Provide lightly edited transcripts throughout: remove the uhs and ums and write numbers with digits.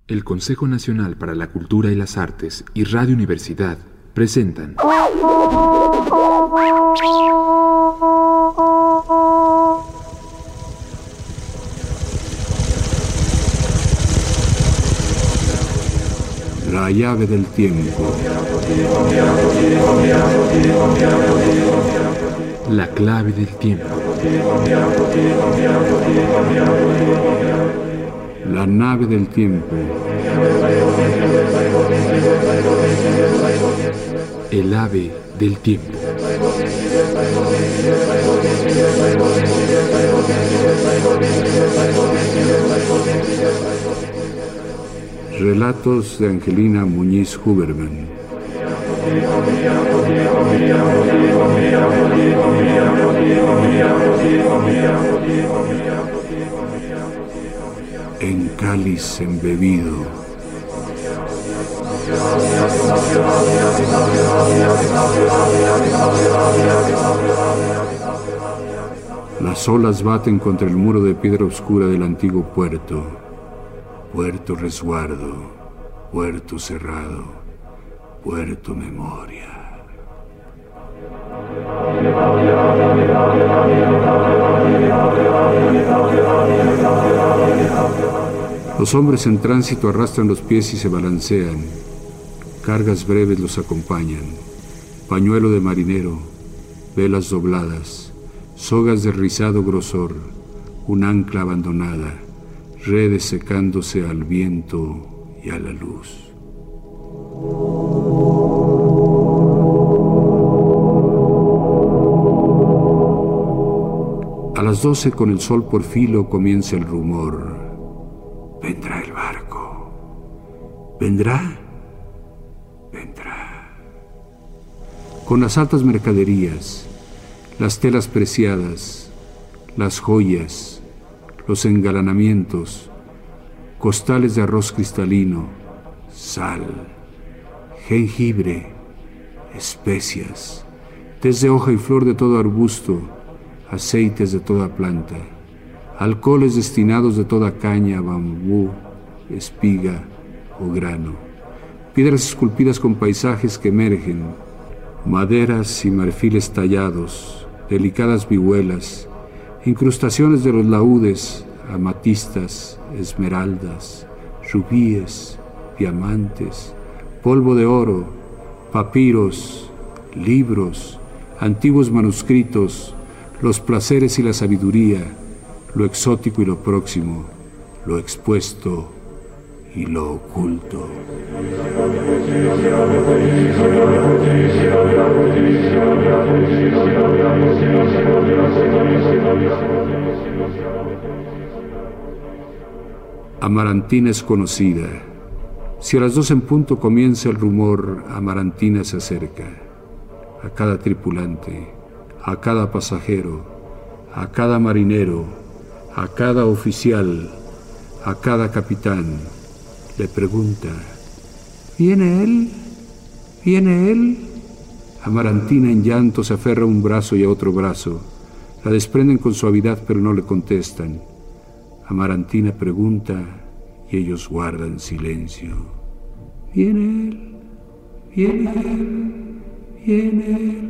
El Consejo Nacional para la Cultura y las Artes y Radio Universidad presentan La llave del tiempo. La clave del tiempo. La nave del tiempo. El ave del tiempo. Relatos de Angelina Muñiz Huberman. En cáliz embebido. Las olas baten contra el muro de piedra oscura del antiguo puerto. Puerto resguardo, puerto cerrado, puerto memoria. Los hombres en tránsito arrastran los pies y se balancean. Cargas breves los acompañan. Pañuelo de marinero, velas dobladas, sogas de rizado grosor, un ancla abandonada, redes secándose al viento y a la luz. A las 12, con el sol por filo, comienza el rumor. Vendrá el barco. ¿Vendrá? Vendrá. Con las altas mercaderías, las telas preciadas, las joyas, los engalanamientos, costales de arroz cristalino, sal, jengibre, especias, tés de hoja y flor de todo arbusto, aceites de toda planta, alcoholes destinados de toda caña, bambú, espiga o grano, piedras esculpidas con paisajes que emergen, maderas y marfiles tallados, delicadas vihuelas, incrustaciones de los laúdes, amatistas, esmeraldas, rubíes, diamantes, polvo de oro, papiros, libros, antiguos manuscritos, los placeres y la sabiduría, lo exótico y lo próximo, lo expuesto y lo oculto. Amarantina es conocida. Si a las 2 en punto comienza el rumor, Amarantina se acerca. A cada tripulante, a cada pasajero, a cada marinero, a cada oficial, a cada capitán, le pregunta: ¿viene él? ¿Viene él? Amarantina en llanto se aferra a un brazo y a otro brazo. La desprenden con suavidad, pero no le contestan. Amarantina pregunta y ellos guardan silencio. ¿Viene él? ¿Viene él? ¿Viene él?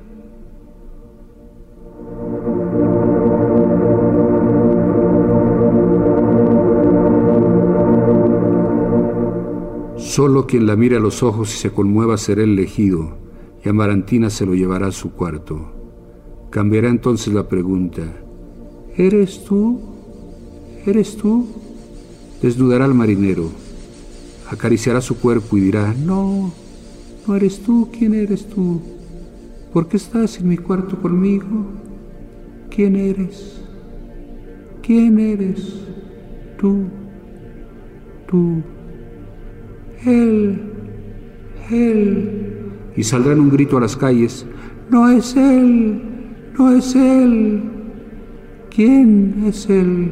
Solo quien la mire a los ojos y se conmueva será elegido, y Amarantina se lo llevará a su cuarto. Cambiará entonces la pregunta: ¿eres tú? ¿Eres tú? Desnudará al marinero, acariciará su cuerpo y dirá: no, no eres tú. ¿Quién eres tú? ¿Por qué estás en mi cuarto conmigo? ¿Quién eres? ¿Quién eres? Tú. Él. Y saldrán un grito a las calles: no es él, no es él. ¿Quién es él?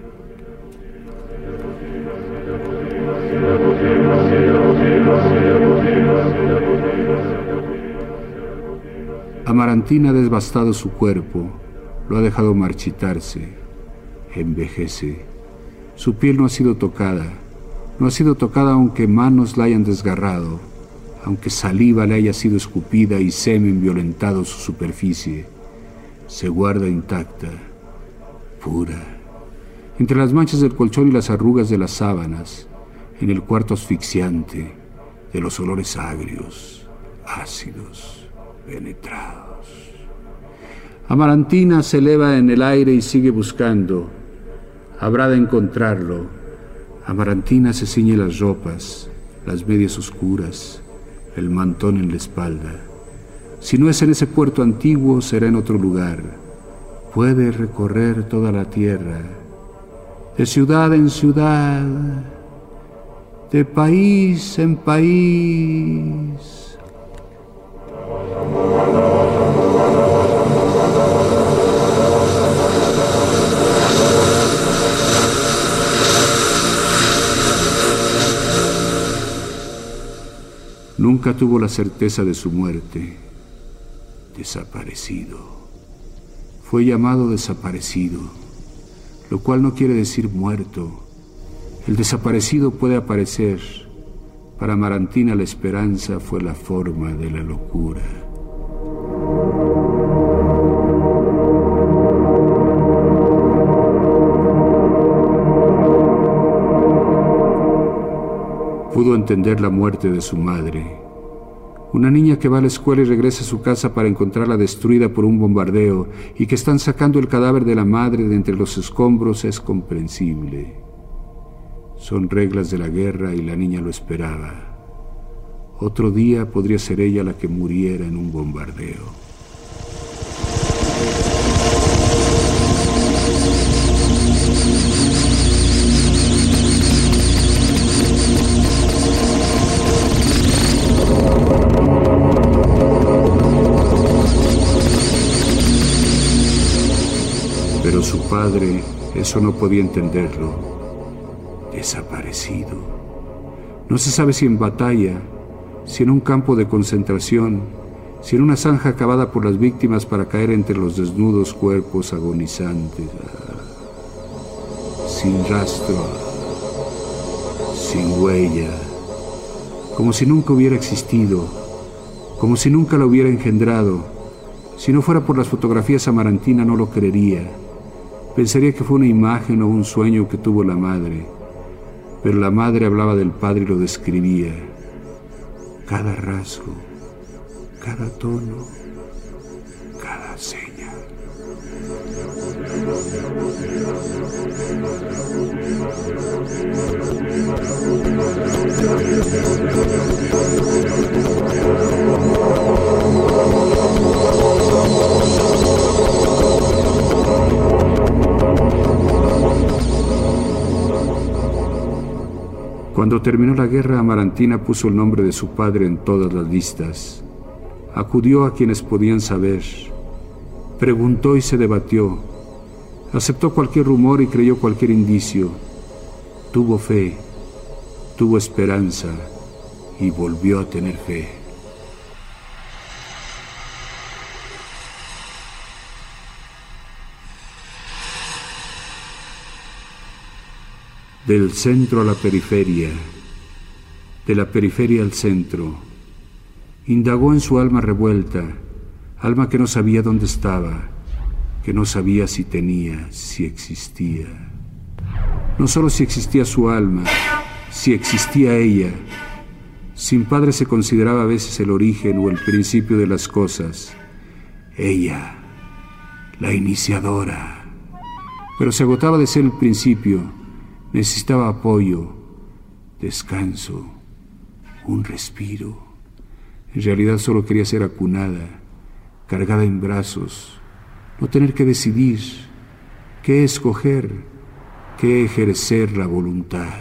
Amarantina ha devastado su cuerpo, lo ha dejado marchitarse, envejece. Su piel no ha sido tocada, No ha sido tocada aunque manos la hayan desgarrado, aunque saliva le haya sido escupida y semen violentado su superficie. Se guarda intacta, pura, entre las manchas del colchón y las arrugas de las sábanas, en el cuarto asfixiante de los olores agrios, ácidos, penetrados. Amarantina se eleva en el aire y sigue buscando. Habrá de encontrarlo. Amarantina se ciñe las ropas, las medias oscuras, el mantón en la espalda. Si no es en ese puerto antiguo, será en otro lugar. Puede recorrer toda la tierra, de ciudad en ciudad, de país en país. Nunca tuvo la certeza de su muerte. Desaparecido. Fue llamado desaparecido, lo cual no quiere decir muerto. El desaparecido puede aparecer. Para Amarantina la esperanza fue la forma de la locura. Pudo entender la muerte de su madre. Una niña que va a la escuela y regresa a su casa para encontrarla destruida por un bombardeo y que están sacando el cadáver de la madre de entre los escombros es comprensible. Son reglas de la guerra y la niña lo esperaba. Otro día podría ser ella la que muriera en un bombardeo. Pero su padre, eso no podía entenderlo. Desaparecido. No se sabe si en batalla, si en un campo de concentración, si en una zanja cavada por las víctimas para caer entre los desnudos cuerpos agonizantes. Sin rastro, sin huella, como si nunca hubiera existido, como si nunca lo hubiera engendrado. Si no fuera por las fotografías, Amarantina no lo creería. Pensaría que fue una imagen o un sueño que tuvo la madre, pero la madre hablaba del padre y lo describía. Cada rasgo, cada tono, cada seña. Cuando terminó la guerra, Amarantina puso el nombre de su padre en todas las listas. Acudió a quienes podían saber. Preguntó y se debatió. Aceptó cualquier rumor y creyó cualquier indicio. Tuvo fe, tuvo esperanza y volvió a tener fe. Del centro a la periferia, de la periferia al centro, indagó en su alma revuelta, alma que no sabía dónde estaba, que no sabía si tenía, si existía. No solo si existía su alma, si existía ella. Sin padre se consideraba a veces el origen o el principio de las cosas. Ella, la iniciadora. Pero se agotaba de ser el principio. Necesitaba apoyo, descanso, un respiro. En realidad solo quería ser acunada, cargada en brazos, no tener que decidir qué escoger, qué ejercer la voluntad.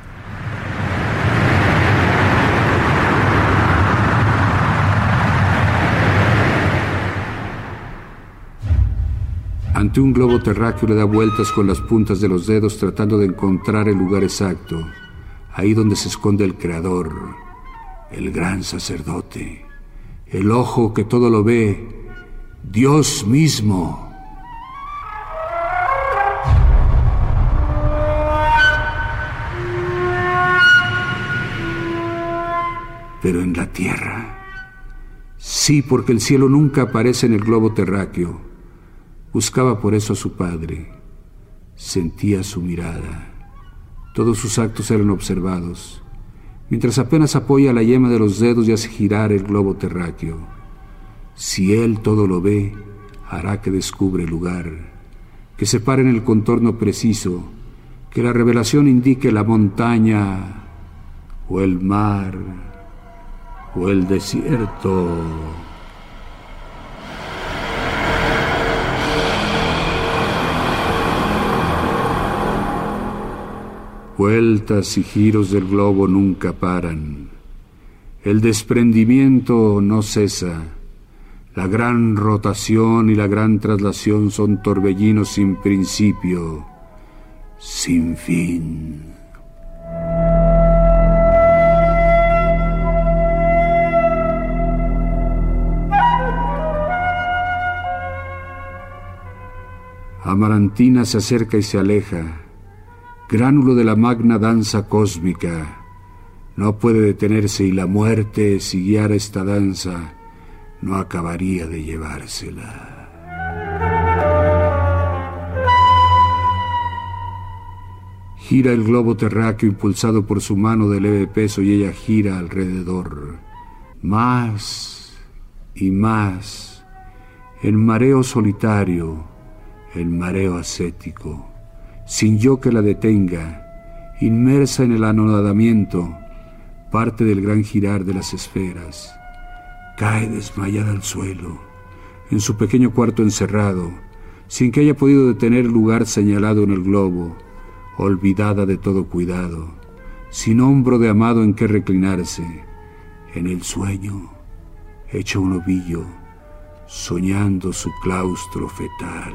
Ante un globo terráqueo le da vueltas con las puntas de los dedos tratando de encontrar el lugar exacto, ahí donde se esconde el Creador, el gran sacerdote, el ojo que todo lo ve, Dios mismo. pero en la tierra. Sí, porque el cielo nunca aparece en el globo terráqueo. Buscaba por eso a su padre. Sentía su mirada. Todos sus actos eran observados, mientras apenas apoya la yema de los dedos y hace girar el globo terráqueo. Si él todo lo ve, hará que descubre el lugar, que se pare en el contorno preciso, que la revelación indique la montaña, o el mar, o el desierto. Vueltas y giros del globo nunca paran. El desprendimiento no cesa. La gran rotación y la gran traslación son torbellinos sin principio, sin fin. Amarantina se acerca y se aleja. Gránulo de la magna danza cósmica. No puede detenerse y la muerte, si guiara esta danza, no acabaría de llevársela. Gira el globo terráqueo impulsado por su mano de leve peso y ella gira alrededor. Más y más. El mareo solitario, el mareo ascético. Sin yo que la detenga, inmersa en el anonadamiento, parte del gran girar de las esferas. Cae desmayada al suelo, en su pequeño cuarto encerrado, sin que haya podido detener el lugar señalado en el globo, olvidada de todo cuidado, sin hombro de amado en que reclinarse, en el sueño, hecho un ovillo, soñando su claustro fetal.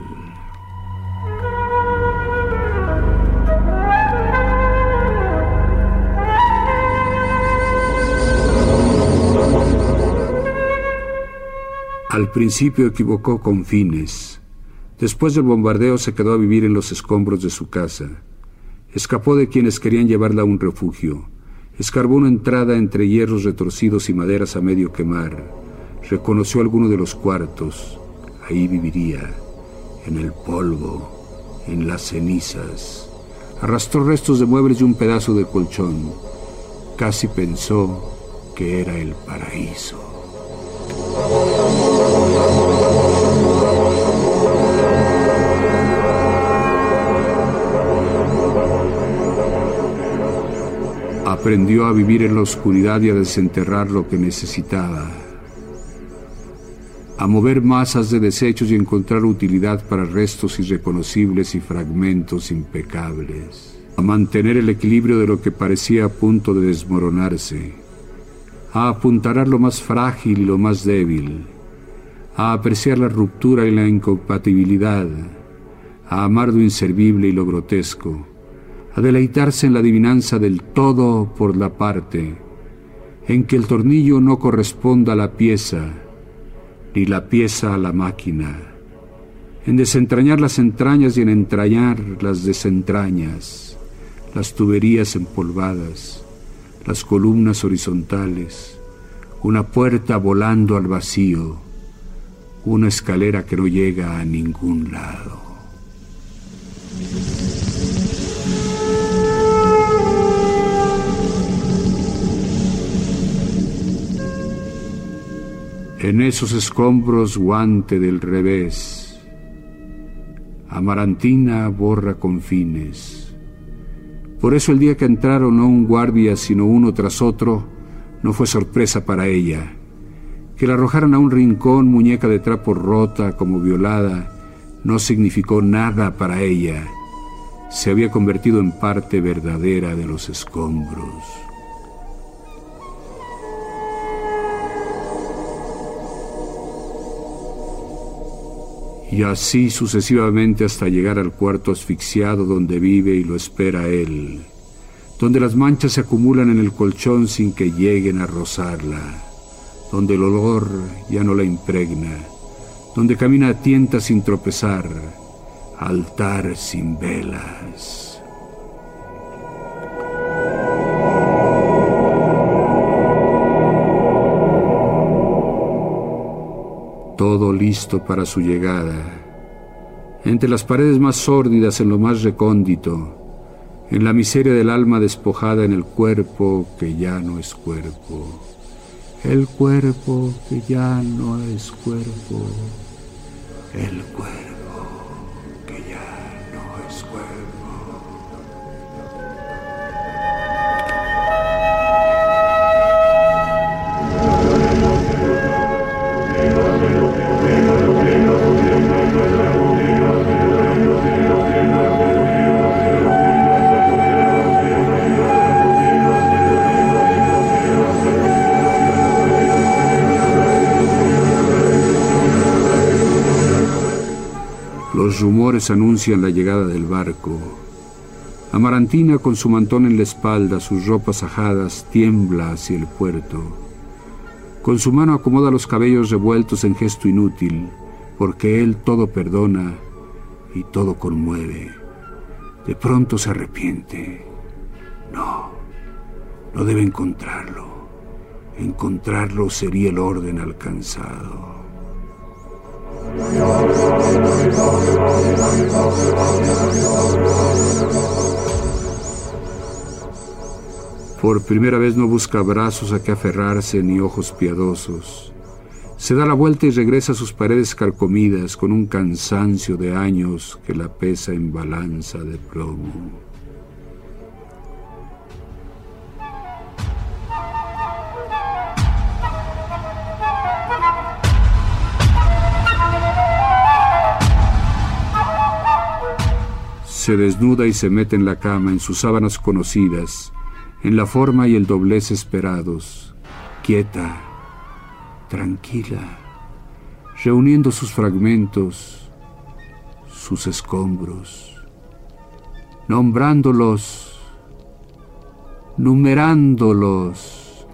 Al principio equivocó con fines. Después del bombardeo se quedó a vivir en los escombros de su casa. Escapó de quienes querían llevarla a un refugio. Escarbó una entrada entre hierros retorcidos y maderas a medio quemar. Reconoció alguno de los cuartos. Ahí viviría, en el polvo, en las cenizas. Arrastró restos de muebles y un pedazo de colchón. Casi pensó que era el paraíso. Aprendió a vivir en la oscuridad y a desenterrar lo que necesitaba, a mover masas de desechos y encontrar utilidad para restos irreconocibles y fragmentos impecables, a mantener el equilibrio de lo que parecía a punto de desmoronarse, a apuntalar lo más frágil y lo más débil, a apreciar la ruptura y la incompatibilidad, a amar lo inservible y lo grotesco, a deleitarse en la adivinanza del todo por la parte, en que el tornillo no corresponda a la pieza, ni la pieza a la máquina, en desentrañar las entrañas y en entrañar las desentrañas, las tuberías empolvadas, las columnas horizontales, una puerta volando al vacío, una escalera que no llega a ningún lado. En esos escombros guante del revés, Amarantina borra con fines. Por eso el día que entraron no un guardia sino uno tras otro, no fue sorpresa para ella. Que la arrojaran a un rincón, muñeca de trapo rota como violada, no significó nada para ella. Se había convertido en parte verdadera de los escombros. Y así sucesivamente hasta llegar al cuarto asfixiado donde vive y lo espera él, donde las manchas se acumulan en el colchón sin que lleguen a rozarla, donde el olor ya no la impregna, donde camina a tientas sin tropezar, altar sin velas. todo listo para su llegada. Entre las paredes más sórdidas, en lo más recóndito, en la miseria del alma despojada, en el cuerpo que ya no es cuerpo. El cuerpo que ya no es cuerpo. El cuerpo que ya no es cuerpo. Los rumores anuncian la llegada del barco. Amarantina, con su mantón en la espalda, sus ropas ajadas, tiembla hacia el puerto. Con su mano acomoda los cabellos revueltos en gesto inútil, porque él todo perdona y todo conmueve. De pronto se arrepiente. No debe encontrarlo. Encontrarlo sería el orden alcanzado. Por primera vez no busca brazos a que aferrarse ni ojos piadosos. Se da la vuelta y regresa a sus paredes carcomidas con un cansancio de años que la pesa en balanza de plomo. Se desnuda y se mete en la cama, en sus sábanas conocidas, en la forma y el doblez esperados, quieta, tranquila, reuniendo sus fragmentos, sus escombros, nombrándolos, numerándolos.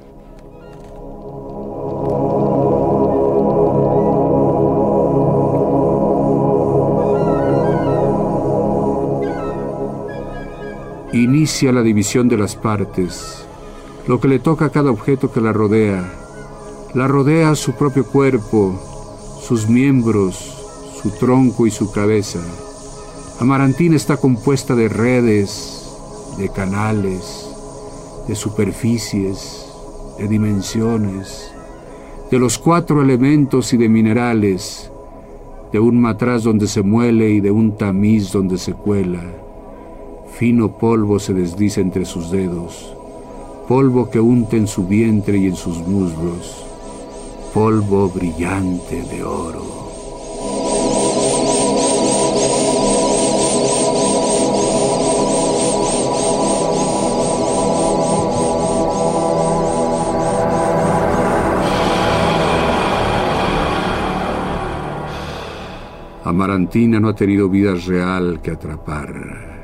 Inicia la división de las partes, lo que le toca a cada objeto que la rodea su propio cuerpo, sus miembros, su tronco y su cabeza. Amarantina está compuesta de redes, de canales, de superficies, de dimensiones, de los 4 elementos y de minerales, de un matraz donde se muele y de un tamiz donde se cuela. Fino polvo se desliza entre sus dedos, polvo que unta en su vientre y en sus muslos, polvo brillante de oro. Amarantina no ha tenido vida real que atrapar.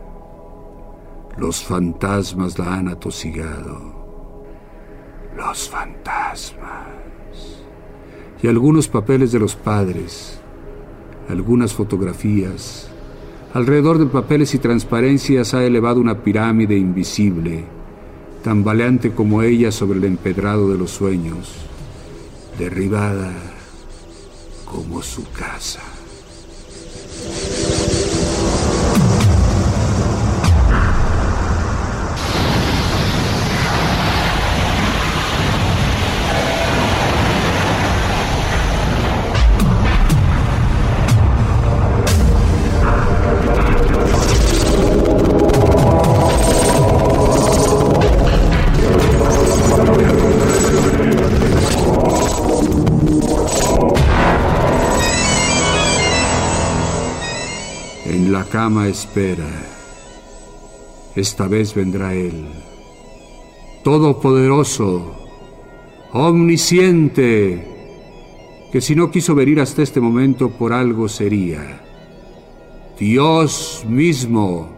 Los fantasmas la han atosigado. Los fantasmas. Y algunos papeles de los padres, algunas fotografías. Alrededor de papeles y transparencias ha elevado una pirámide invisible, tambaleante como ella sobre el empedrado de los sueños, derribada como su casa. La cama espera. Esta vez vendrá él, todopoderoso, omnisciente, que si no quiso venir hasta este momento por algo sería Dios mismo.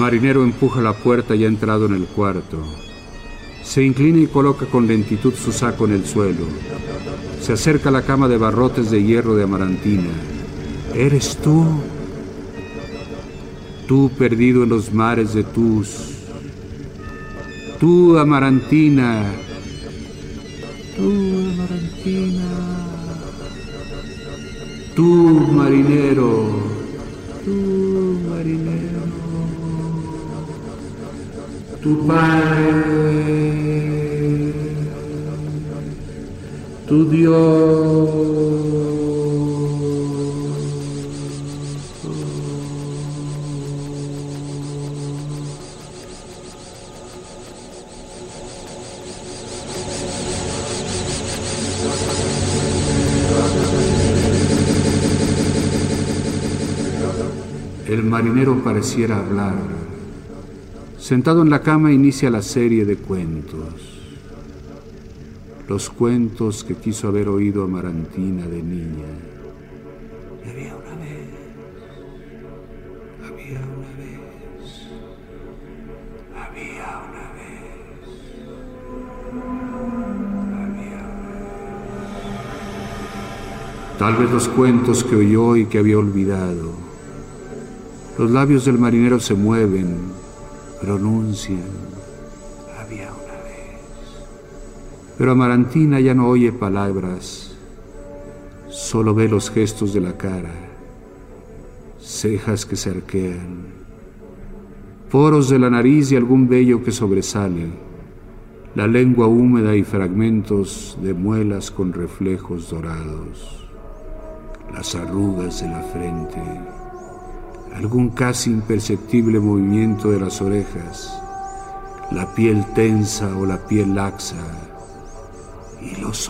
marinero empuja la puerta y ha entrado en el cuarto. Se inclina y coloca con lentitud su saco en el suelo. Se acerca a la cama de barrotes de hierro de Amarantina. ¿Eres tú? Tú perdido en los mares de Tus. Tú, Amarantina. Tú, Amarantina. Tú, marinero. Tú, marinero. Tu Padre. Tu Dios. El marinero pareciera hablar. Sentado en la cama inicia la serie de cuentos. Los cuentos que quiso haber oído Amarantina de niña. Había una vez, había una vez, había una vez, había una vez. Tal vez los cuentos que oyó y que había olvidado. Los labios del marinero se mueven, pronuncian, había una vez. Pero Amarantina ya no oye palabras, solo ve los gestos de la cara, cejas que se arquean, poros de la nariz y algún vello que sobresale, la lengua húmeda y fragmentos de muelas con reflejos dorados, las arrugas de la frente, algún casi imperceptible movimiento de las orejas, la piel tensa o la piel laxa, y los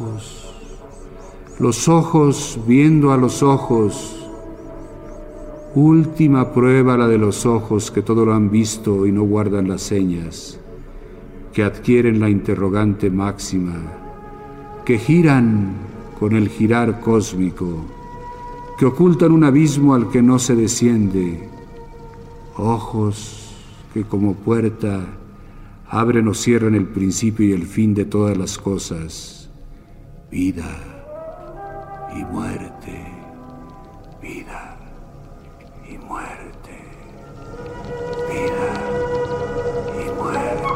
ojos viendo a los ojos, última prueba la de los ojos que todo lo han visto y no guardan las señas, que adquieren la interrogante máxima, que giran con el girar cósmico, que ocultan un abismo al que no se desciende, ojos que como puerta abren o cierran el principio y el fin de todas las cosas, vida y muerte, vida y muerte, vida y muerte.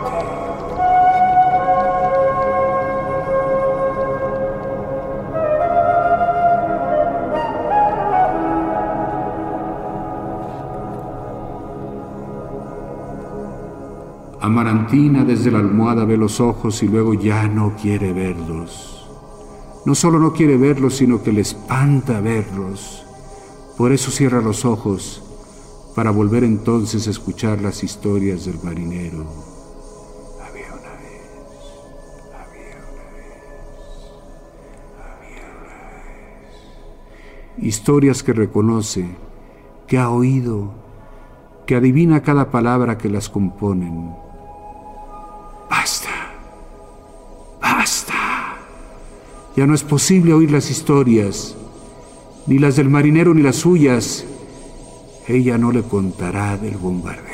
Amarantina desde la almohada ve los ojos y luego ya no quiere verlos. No solo no quiere verlos, sino que le espanta verlos. Por eso cierra los ojos, para volver entonces a escuchar las historias del marinero. Había una vez, había una vez, había una vez. Historias que reconoce, que ha oído, que adivina cada palabra que las componen. ¡Basta! ¡Basta! Ya no es posible oír las historias, ni las del marinero ni las suyas. Ella no le contará del bombardeo.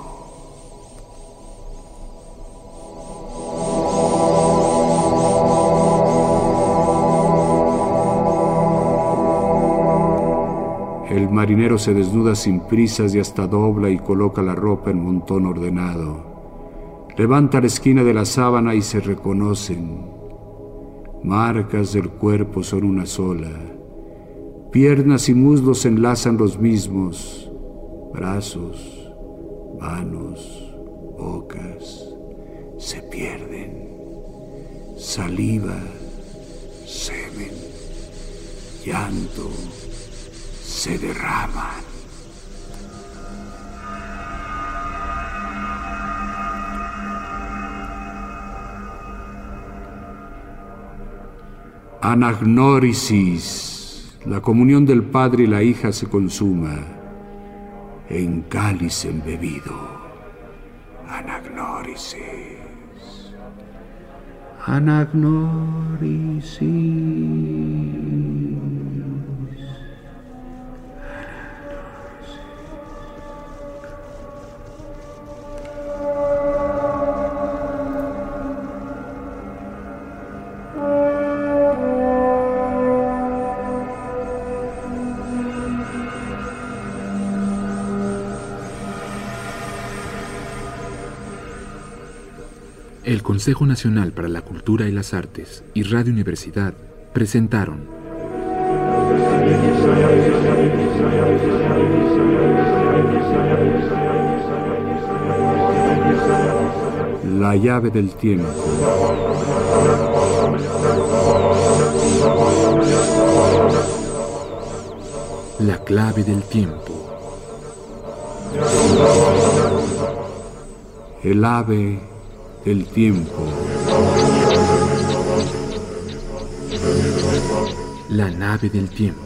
El marinero se desnuda sin prisas y hasta dobla y coloca la ropa en montón ordenado. Levanta la esquina de la sábana y se reconocen. Marcas del cuerpo son una sola. Piernas y muslos se enlazan los mismos. Brazos, manos, bocas, se pierden. Saliva, semen, llanto, se derraman. Anagnórisis, la comunión del Padre y la Hija se consuma en cáliz embebido. Anagnórisis. Anagnórisis. Consejo Nacional para la Cultura y las Artes y Radio Universidad presentaron La llave del tiempo. La clave del tiempo. El ave del tiempo. La nave del tiempo.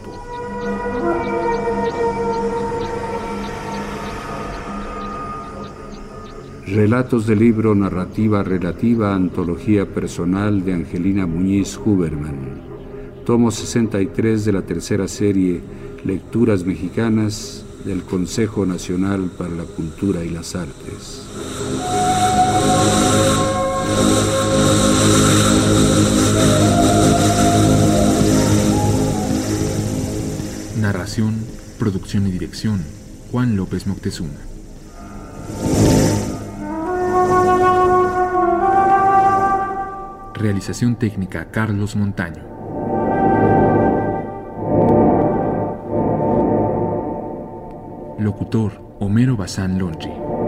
Relatos del libro Narrativa Relativa, antología personal de Angelina Muñiz Huberman. Tomo 63 de la tercera serie Lecturas Mexicanas del Consejo Nacional para la Cultura y las Artes. Narración, producción y dirección, Juan López Moctezuma. Realización técnica, Carlos Montaño. Locutor, Homero Bazán Longi.